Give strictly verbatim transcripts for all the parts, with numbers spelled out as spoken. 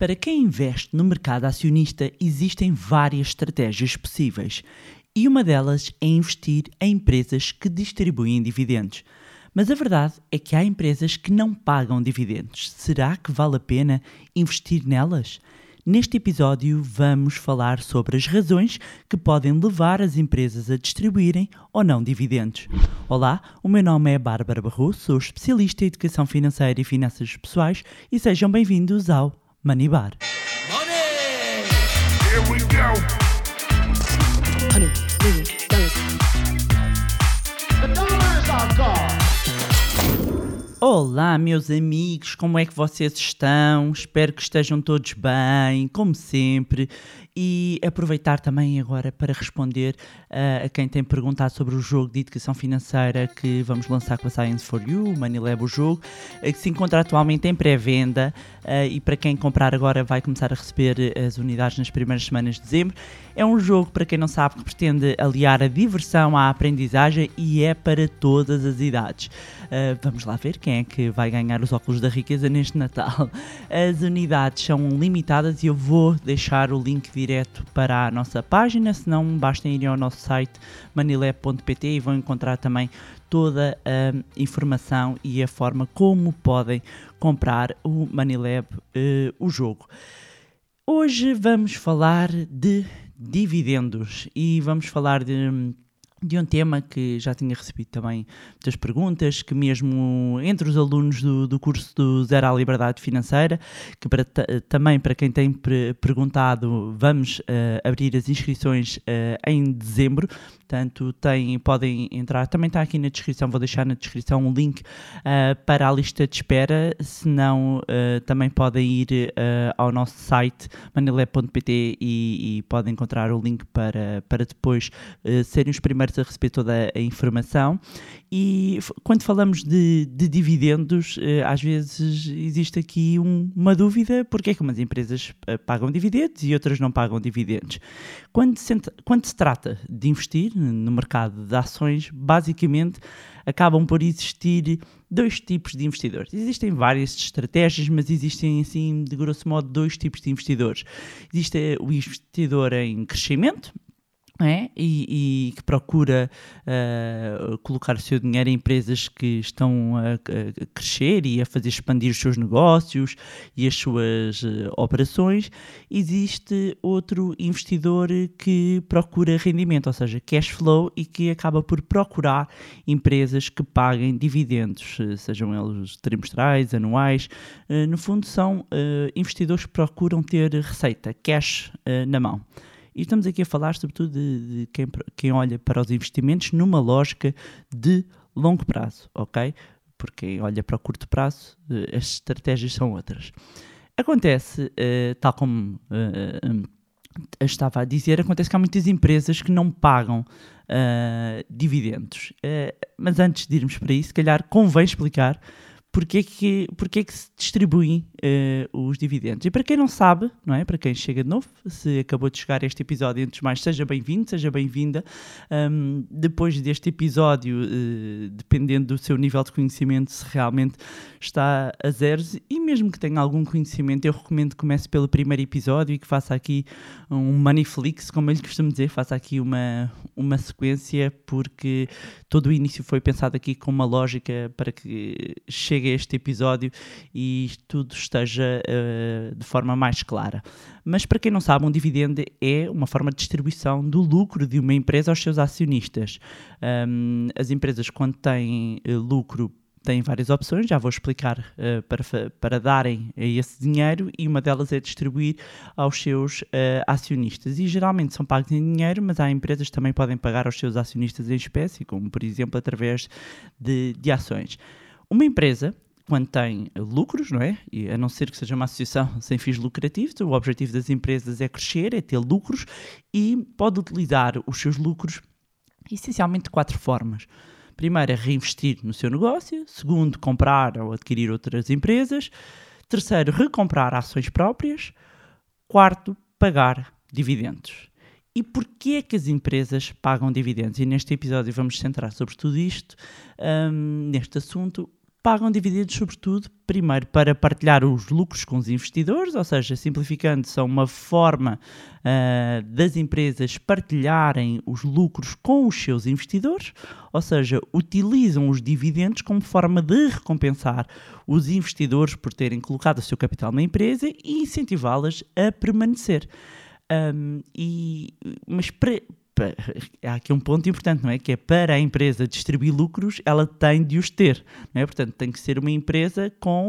Para quem investe no mercado acionista, existem várias estratégias possíveis e uma delas é investir em empresas que distribuem dividendos. Mas a verdade é que há empresas que não pagam dividendos. Será que vale a pena investir nelas? Neste episódio vamos falar sobre as razões que podem levar as empresas a distribuírem ou não dividendos. Olá, o meu nome é Bárbara Barroso, sou especialista em educação financeira e finanças pessoais e sejam bem-vindos ao Money Bar. Money! Here we go! Honey, baby, dollars. The dollar is our God! Olá, meus amigos, como é que vocês estão? Espero que estejam todos bem, como sempre. E aproveitar também agora para responder uh, a quem tem perguntado sobre o jogo de educação financeira que vamos lançar com a Science for You, o Money Lab, o jogo, uh, que se encontra atualmente em pré-venda uh, e para quem comprar agora vai começar a receber as unidades nas primeiras semanas de dezembro. É um jogo, para quem não sabe, que pretende aliar a diversão à aprendizagem e é para todas as idades. Uh, vamos lá ver quem é que vai ganhar os óculos da riqueza neste Natal. As unidades são limitadas e eu vou deixar o link direto para a nossa página, se não bastem irem ao nosso site money-lab ponto p t e vão encontrar também toda a informação e a forma como podem comprar o MoneyLab, uh, o jogo. Hoje vamos falar de dividendos e vamos falar de... de um tema que já tinha recebido também muitas perguntas, que mesmo entre os alunos do, do curso do Zero à Liberdade Financeira, que para, também para quem tem pre- perguntado, vamos uh, abrir as inscrições uh, em dezembro, portanto tem, podem entrar, também está aqui na descrição, vou deixar na descrição um link uh, para a lista de espera, se não uh, também podem ir uh, ao nosso site money-lab ponto p t e, e podem encontrar o link para, para depois uh, serem os primeiros a receber toda a informação. E f- quando falamos de, de dividendos, eh, às vezes existe aqui um, uma dúvida, porque é que umas empresas eh, pagam dividendos e outras não pagam dividendos. Quando se, quando se trata de investir no mercado de ações, basicamente acabam por existir dois tipos de investidores. Existem várias estratégias, mas existem, assim, de grosso modo, dois tipos de investidores. Existe o investidor em crescimento, é? E, e que procura uh, colocar o seu dinheiro em empresas que estão a, a crescer e a fazer expandir os seus negócios e as suas uh, operações. Existe outro investidor que procura rendimento, ou seja, cash flow, e que acaba por procurar empresas que paguem dividendos, sejam eles trimestrais, anuais. Uh, no fundo, são uh, investidores que procuram ter receita, cash uh, na mão. E estamos aqui a falar sobretudo de, de quem, quem olha para os investimentos numa lógica de longo prazo, ok? Porque quem olha para o curto prazo, as estratégias são outras. Acontece, uh, tal como uh, uh, estava a dizer, acontece que há muitas empresas que não pagam uh, dividendos. Uh, mas antes de irmos para isso, se calhar convém explicar porque é que, porque é que se distribuem uh, os dividendos. E para quem não sabe, não é? Para quem chega de novo, se acabou de chegar a este episódio, antes de mais, seja bem-vindo, seja bem-vinda. Um, depois deste episódio, uh, dependendo do seu nível de conhecimento, se realmente está a zeros, e mesmo que tenha algum conhecimento, eu recomendo que comece pelo primeiro episódio e que faça aqui um Moneyflix, como eu lhe costumo dizer, faça aqui uma, uma sequência, porque todo o início foi pensado aqui com uma lógica para que chegue a este episódio e tudo esteja uh, de forma mais clara. Mas para quem não sabe, um dividendo é uma forma de distribuição do lucro de uma empresa aos seus acionistas. Um, as empresas, quando têm uh, lucro, têm várias opções, já vou explicar uh, para, para darem esse dinheiro, e uma delas é distribuir aos seus uh, acionistas. E geralmente são pagos em dinheiro, mas há empresas que também podem pagar aos seus acionistas em espécie, como por exemplo através de, de ações. Uma empresa, quando tem lucros, não é? E a não ser que seja uma associação sem fins lucrativos, o objetivo das empresas é crescer, é ter lucros, e pode utilizar os seus lucros essencialmente de quatro formas. Primeiro é reinvestir no seu negócio. Segundo, comprar ou adquirir outras empresas. Terceiro, recomprar ações próprias. Quarto, pagar dividendos. E porquê é que as empresas pagam dividendos? E neste episódio vamos centrar sobre tudo isto, um, neste assunto. pagam dividendos sobretudo, primeiro, para partilhar os lucros com os investidores, ou seja, simplificando, são uma forma uh, das empresas partilharem os lucros com os seus investidores, ou seja, utilizam os dividendos como forma de recompensar os investidores por terem colocado o seu capital na empresa e incentivá-las a permanecer. Um, e, mas para... Há aqui um ponto importante, não é? Que é para a empresa distribuir lucros, ela tem de os ter, não é? Portanto, tem que ser uma empresa com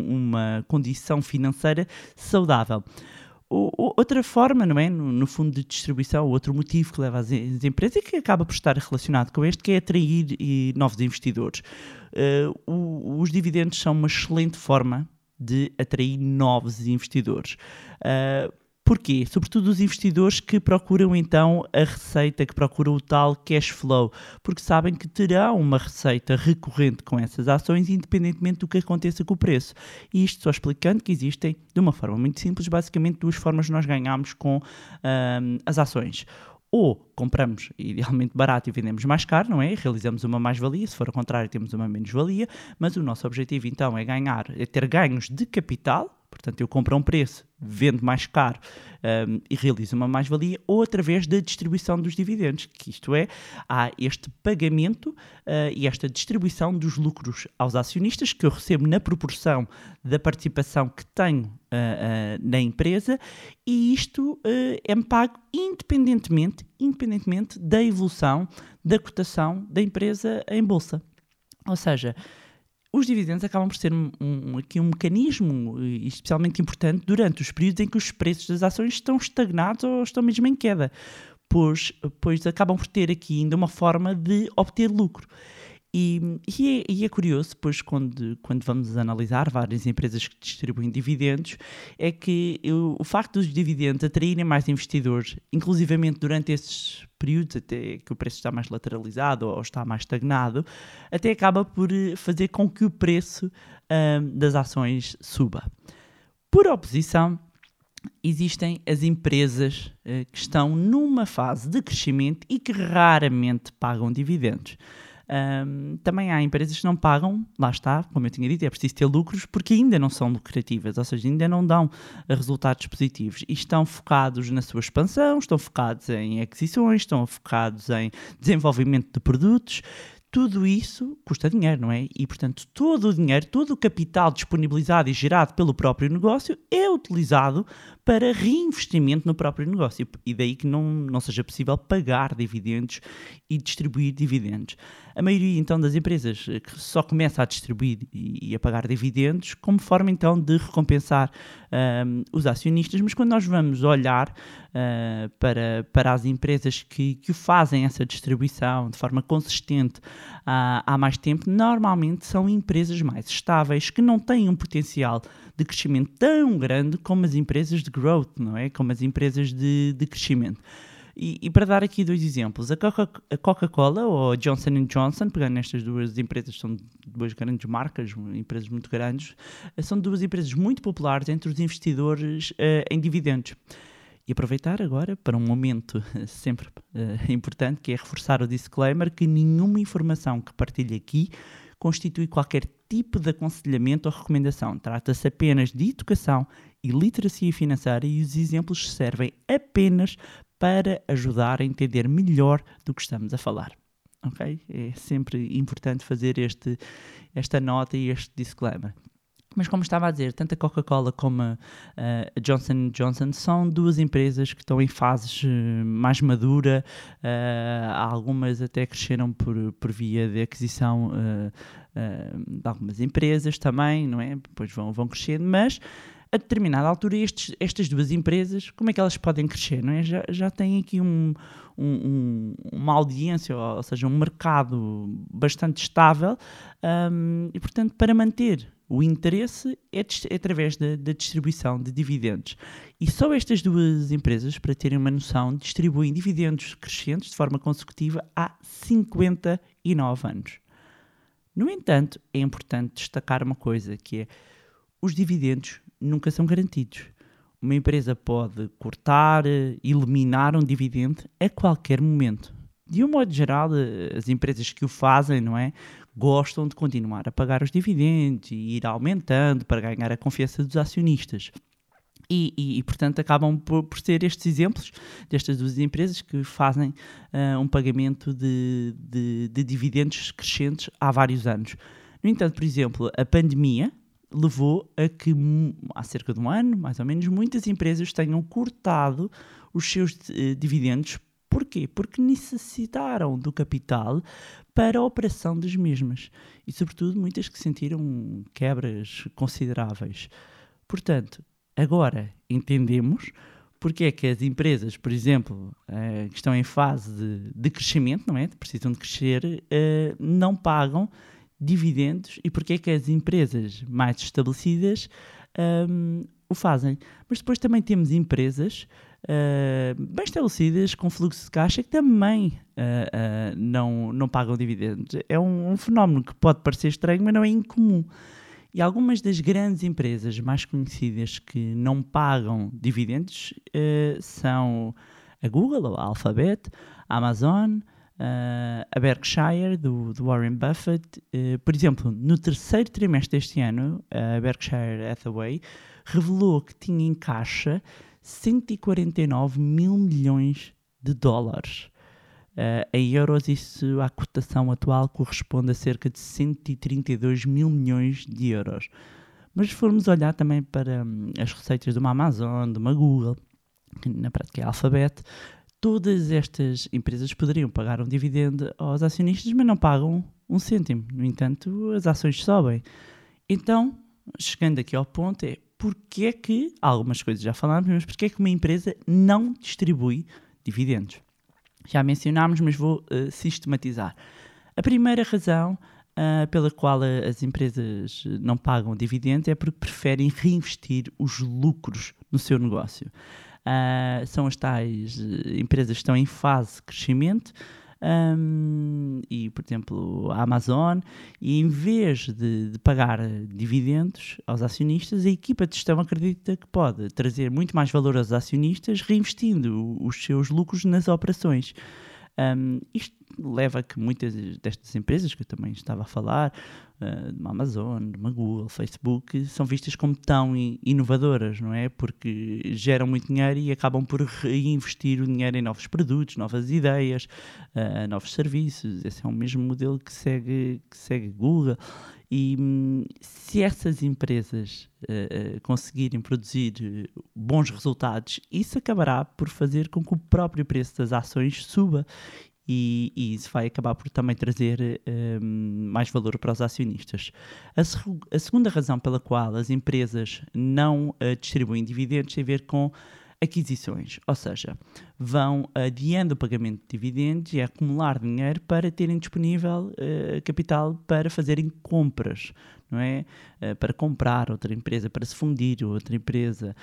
uma condição financeira saudável. O, outra forma, não é? No, no fundo de distribuição, outro motivo que leva as, as empresas e que acaba por estar relacionado com este, que é atrair e, novos investidores. Uh, o, os dividendos são uma excelente forma de atrair novos investidores. Uh, Porquê? Sobretudo os investidores que procuram então a receita, que procuram o tal cash flow, porque sabem que terão uma receita recorrente com essas ações, independentemente do que aconteça com o preço. E isto só explicando que existem, de uma forma muito simples, basicamente duas formas de nós ganharmos com hum, as ações. Ou compramos idealmente barato e vendemos mais caro, não é? Realizamos uma mais-valia, se for ao contrário temos uma menos-valia, mas o nosso objetivo então é ganhar, é ter ganhos de capital. Portanto, eu compro a um preço, vendo mais caro um, e realizo uma mais-valia, ou através da distribuição dos dividendos, que isto é, há este pagamento uh, e esta distribuição dos lucros aos acionistas, que eu recebo na proporção da participação que tenho uh, uh, na empresa, e isto uh, é-me pago independentemente, independentemente da evolução da cotação da empresa em bolsa. Ou seja, os dividendos acabam por ser um, um, aqui um mecanismo especialmente importante durante os períodos em que os preços das ações estão estagnados ou estão mesmo em queda, pois, pois acabam por ter aqui ainda uma forma de obter lucro. E, e, é, e é curioso, pois, quando, quando vamos analisar várias empresas que distribuem dividendos, é que eu, o facto dos dividendos atraírem mais investidores, inclusivamente durante esses períodos, até que o preço está mais lateralizado ou está mais estagnado, até acaba por fazer com que o preço hum, das ações suba. Por oposição, existem as empresas uh, que estão numa fase de crescimento e que raramente pagam dividendos. Um, também há empresas que não pagam, lá está, como eu tinha dito, é preciso ter lucros porque ainda não são lucrativas, ou seja, ainda não dão resultados positivos e estão focados na sua expansão, estão focados em aquisições, estão focados em desenvolvimento de produtos. Tudo isso custa dinheiro, não é? E, portanto, todo o dinheiro, todo o capital disponibilizado e gerado pelo próprio negócio é utilizado para reinvestimento no próprio negócio. E daí que não, não seja possível pagar dividendos e distribuir dividendos. A maioria, então, das empresas que só começa a distribuir e a pagar dividendos como forma, então, de recompensar um, os acionistas. Mas quando nós vamos olhar uh, para, para as empresas que, que fazem essa distribuição de forma consistente há, há mais tempo, normalmente são empresas mais estáveis, que não têm um potencial de crescimento tão grande como as empresas de growth, não é? Como as empresas de, de crescimento. E, e para dar aqui dois exemplos, a, Coca, a Coca-Cola ou a Johnson and Johnson, pegando nestas duas empresas, são duas grandes marcas, empresas muito grandes, são duas empresas muito populares entre os investidores uh, em dividendos. E aproveitar agora para um momento sempre uh, importante, que é reforçar o disclaimer que nenhuma informação que partilhe aqui constitui qualquer tipo de aconselhamento ou recomendação. Trata-se apenas de educação e literacia financeira e os exemplos servem apenas para ajudar a entender melhor do que estamos a falar. Ok? É sempre importante fazer este, esta nota e este disclaimer. Mas como estava a dizer, tanto a Coca-Cola como a, a Johnson and Johnson são duas empresas que estão em fases uh, mais madura, uh, algumas até cresceram por, por via de aquisição uh, uh, de algumas empresas também, não é? Depois vão, vão crescendo, mas a determinada altura estes, estas duas empresas, como é que elas podem crescer, não é? Já, já têm aqui um, um, uma audiência, ou seja, um mercado bastante estável um, e, portanto, para manter o interesse é, é através da, da distribuição de dividendos. E só estas duas empresas, para terem uma noção, distribuem dividendos crescentes de forma consecutiva há cinquenta e nove anos. No entanto, é importante destacar uma coisa, que é os dividendos nunca são garantidos. Uma empresa pode cortar, eliminar um dividendo a qualquer momento. de um modo geral, as empresas que o fazem, não é? Gostam de continuar a pagar os dividendos e ir aumentando para ganhar a confiança dos acionistas. E, e, e portanto, acabam por, por ser estes exemplos destas duas empresas que fazem uh, um pagamento de, de, de dividendos crescentes há vários anos. No entanto, por exemplo, a pandemia levou a que, há cerca de um ano, mais ou menos, muitas empresas tenham cortado os seus uh, dividendos. Porquê? Porque necessitaram do capital para a operação das mesmas. E, sobretudo, muitas que sentiram quebras consideráveis. Portanto, agora entendemos porque é que as empresas, por exemplo, uh, que estão em fase de, de crescimento, não é? Precisam de crescer, uh, não pagam dividendos e porque é que as empresas mais estabelecidas um, o fazem. Mas depois também temos empresas uh, bem estabelecidas, com fluxo de caixa, que também uh, uh, não, não pagam dividendos. É um, um fenómeno que pode parecer estranho, mas não é incomum. E algumas das grandes empresas mais conhecidas que não pagam dividendos uh, são a Google, a Alphabet, a Amazon, uh, a Berkshire, do, do Warren Buffett. Uh, por exemplo, no terceiro trimestre deste ano, a Berkshire Hathaway revelou que tinha em caixa cento e quarenta e nove mil milhões de dólares. Uh, em euros, isso, a cotação atual corresponde a cerca de cento e trinta e dois mil milhões de euros. Mas se formos olhar também para hum, as receitas de uma Amazon, de uma Google, que na prática é a Alphabet, todas estas empresas poderiam pagar um dividendo aos acionistas, mas não pagam um cêntimo. No entanto, as ações sobem. Então, chegando aqui ao ponto, é porque é que, algumas coisas já falámos, mas porque é que uma empresa não distribui dividendos? Já mencionámos, mas vou uh, sistematizar. A primeira razão uh, pela qual uh, as empresas não pagam dividendos é porque preferem reinvestir os lucros no seu negócio. Uh, são as tais uh, empresas que estão em fase de crescimento um, e, por exemplo, a Amazon, e em vez de, de pagar dividendos aos acionistas, a equipa de gestão acredita que pode trazer muito mais valor aos acionistas reinvestindo os seus lucros nas operações. Um, isto leva a que muitas destas empresas que eu também estava a falar, uh, de uma Amazon, de uma Google, Facebook, são vistas como tão inovadoras, não é? Porque geram muito dinheiro e acabam por reinvestir o dinheiro em novos produtos, novas ideias, uh, novos serviços. Esse é o mesmo modelo que segue, que segue Google. E hum, se essas empresas uh, uh, conseguirem produzir uh, bons resultados, isso acabará por fazer com que o próprio preço das ações suba e, e isso vai acabar por também trazer uh, mais valor para os acionistas. A, se- a segunda razão pela qual as empresas não uh, distribuem dividendos tem a ver com aquisições, ou seja, vão adiando o pagamento de dividendos e a acumular dinheiro para terem disponível uh, capital para fazerem compras, não é? Uh, para comprar outra empresa, para se fundir outra empresa,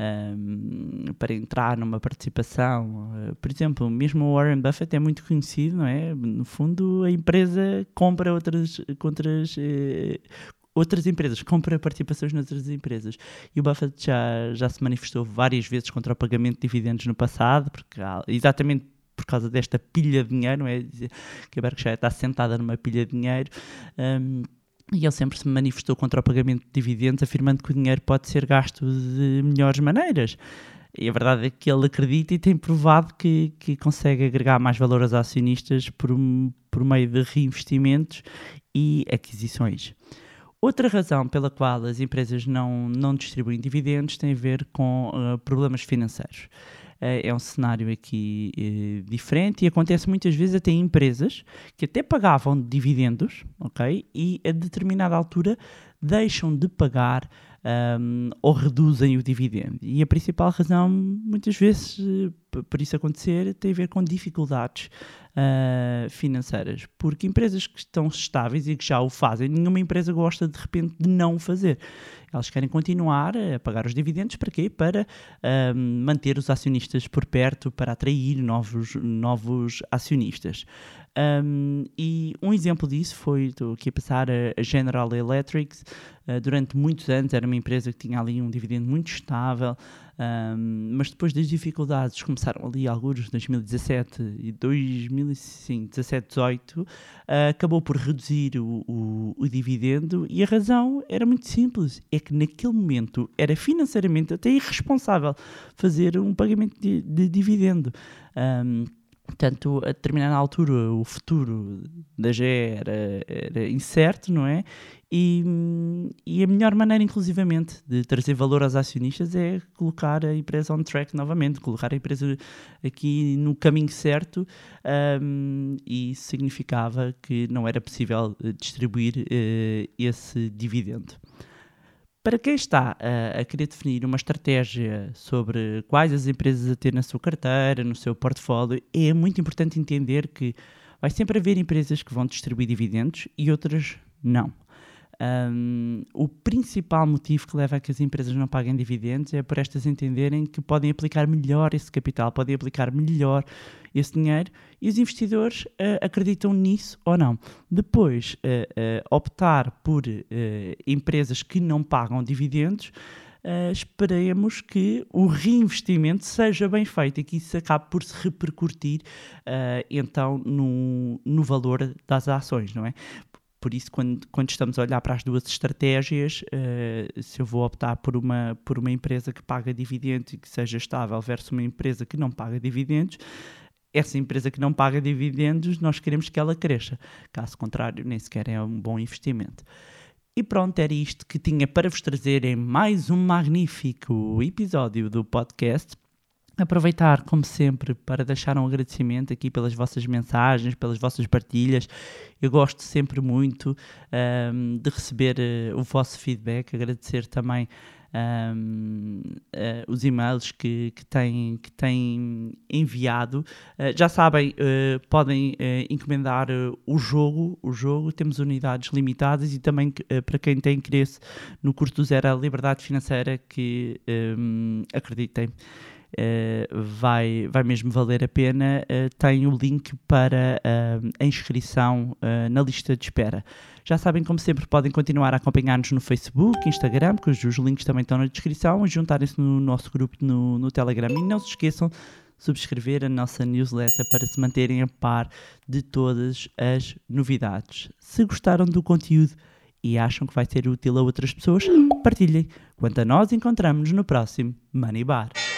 um, para entrar numa participação. Uh, por exemplo, mesmo o Warren Buffett é muito conhecido, não é? No fundo, a empresa compra outras, outras uh, outras empresas, compra participações noutras empresas. E o Buffett já, já se manifestou várias vezes contra o pagamento de dividendos no passado, porque há, exatamente por causa desta pilha de dinheiro, não é? Que a Berkshire está sentada numa pilha de dinheiro, um, e ele sempre se manifestou contra o pagamento de dividendos, afirmando que o dinheiro pode ser gasto de melhores maneiras. E a verdade é que ele acredita e tem provado que, que consegue agregar mais valor aos acionistas por, por meio de reinvestimentos e aquisições. Outra razão pela qual as empresas não, não distribuem dividendos tem a ver com uh, problemas financeiros. Uh, é um cenário aqui uh, diferente e acontece muitas vezes até em empresas que até pagavam dividendos, ok? E a determinada altura deixam de pagar um, ou reduzem o dividendo. E a principal razão, muitas vezes, uh, p- por isso acontecer, tem a ver com dificuldades uh, financeiras. Porque empresas que estão estáveis e que já o fazem, nenhuma empresa gosta de repente de não o fazer. Elas querem continuar a pagar os dividendos. Para quê? Para um, manter os acionistas por perto, para atrair novos, novos acionistas. Um, e um exemplo disso foi, estou aqui a passar, a General Electric. Uh, durante muitos anos era uma empresa que tinha ali um dividendo muito estável, Um, mas depois das dificuldades começaram ali alguns dois mil e dezassete e dois mil e dezassete, dezoito, uh, acabou por reduzir o, o, o dividendo, e a razão era muito simples, é que naquele momento era financeiramente até irresponsável fazer um pagamento de, de dividendo. Um, Portanto, a determinada altura, o futuro da G E era, era incerto, não é? E, e a melhor maneira, inclusivamente, de trazer valor aos acionistas é colocar a empresa on track novamente, colocar a empresa aqui no caminho certo, um, e isso significava que não era possível distribuir uh, esse dividendo. Para quem está uh, a querer definir uma estratégia sobre quais as empresas a ter na sua carteira, no seu portfólio, é muito importante entender que vai sempre haver empresas que vão distribuir dividendos e outras não. Um, o principal motivo que leva a que as empresas não paguem dividendos é por estas entenderem que podem aplicar melhor esse capital, podem aplicar melhor esse dinheiro, e os investidores uh, acreditam nisso ou não. Depois, uh, uh, optar por uh, empresas que não pagam dividendos, uh, esperemos que o reinvestimento seja bem feito e que isso acabe por se repercutir uh, então no, no valor das ações, não é? Por isso, quando, quando estamos a olhar para as duas estratégias, uh, se eu vou optar por uma, por uma empresa que paga dividendos e que seja estável versus uma empresa que não paga dividendos, essa empresa que não paga dividendos, nós queremos que ela cresça. Caso contrário, nem sequer é um bom investimento. E pronto, era isto que tinha para vos trazer em mais um magnífico episódio do podcast. Aproveitar, como sempre, para deixar um agradecimento aqui pelas vossas mensagens, pelas vossas partilhas. Eu gosto sempre muito um, de receber uh, o vosso feedback, agradecer também um, uh, os e-mails que, que, têm, que têm enviado. Uh, já sabem, uh, podem uh, encomendar uh, o jogo, o jogo, temos unidades limitadas, e também uh, para quem tem interesse no curso do Zero à Liberdade Financeira, que um, acreditem, Uh, vai, vai mesmo valer a pena. Uh, tem o link para uh, a inscrição uh, na lista de espera. Já sabem, como sempre, podem continuar a acompanhar-nos no Facebook, Instagram, cujos links também estão na descrição, e juntarem-se no nosso grupo no, no Telegram. E não se esqueçam de subscrever a nossa newsletter para se manterem a par de todas as novidades. Se gostaram do conteúdo e acham que vai ser útil a outras pessoas, partilhem. Quanto a nós, encontramos-nos no próximo Money Bar.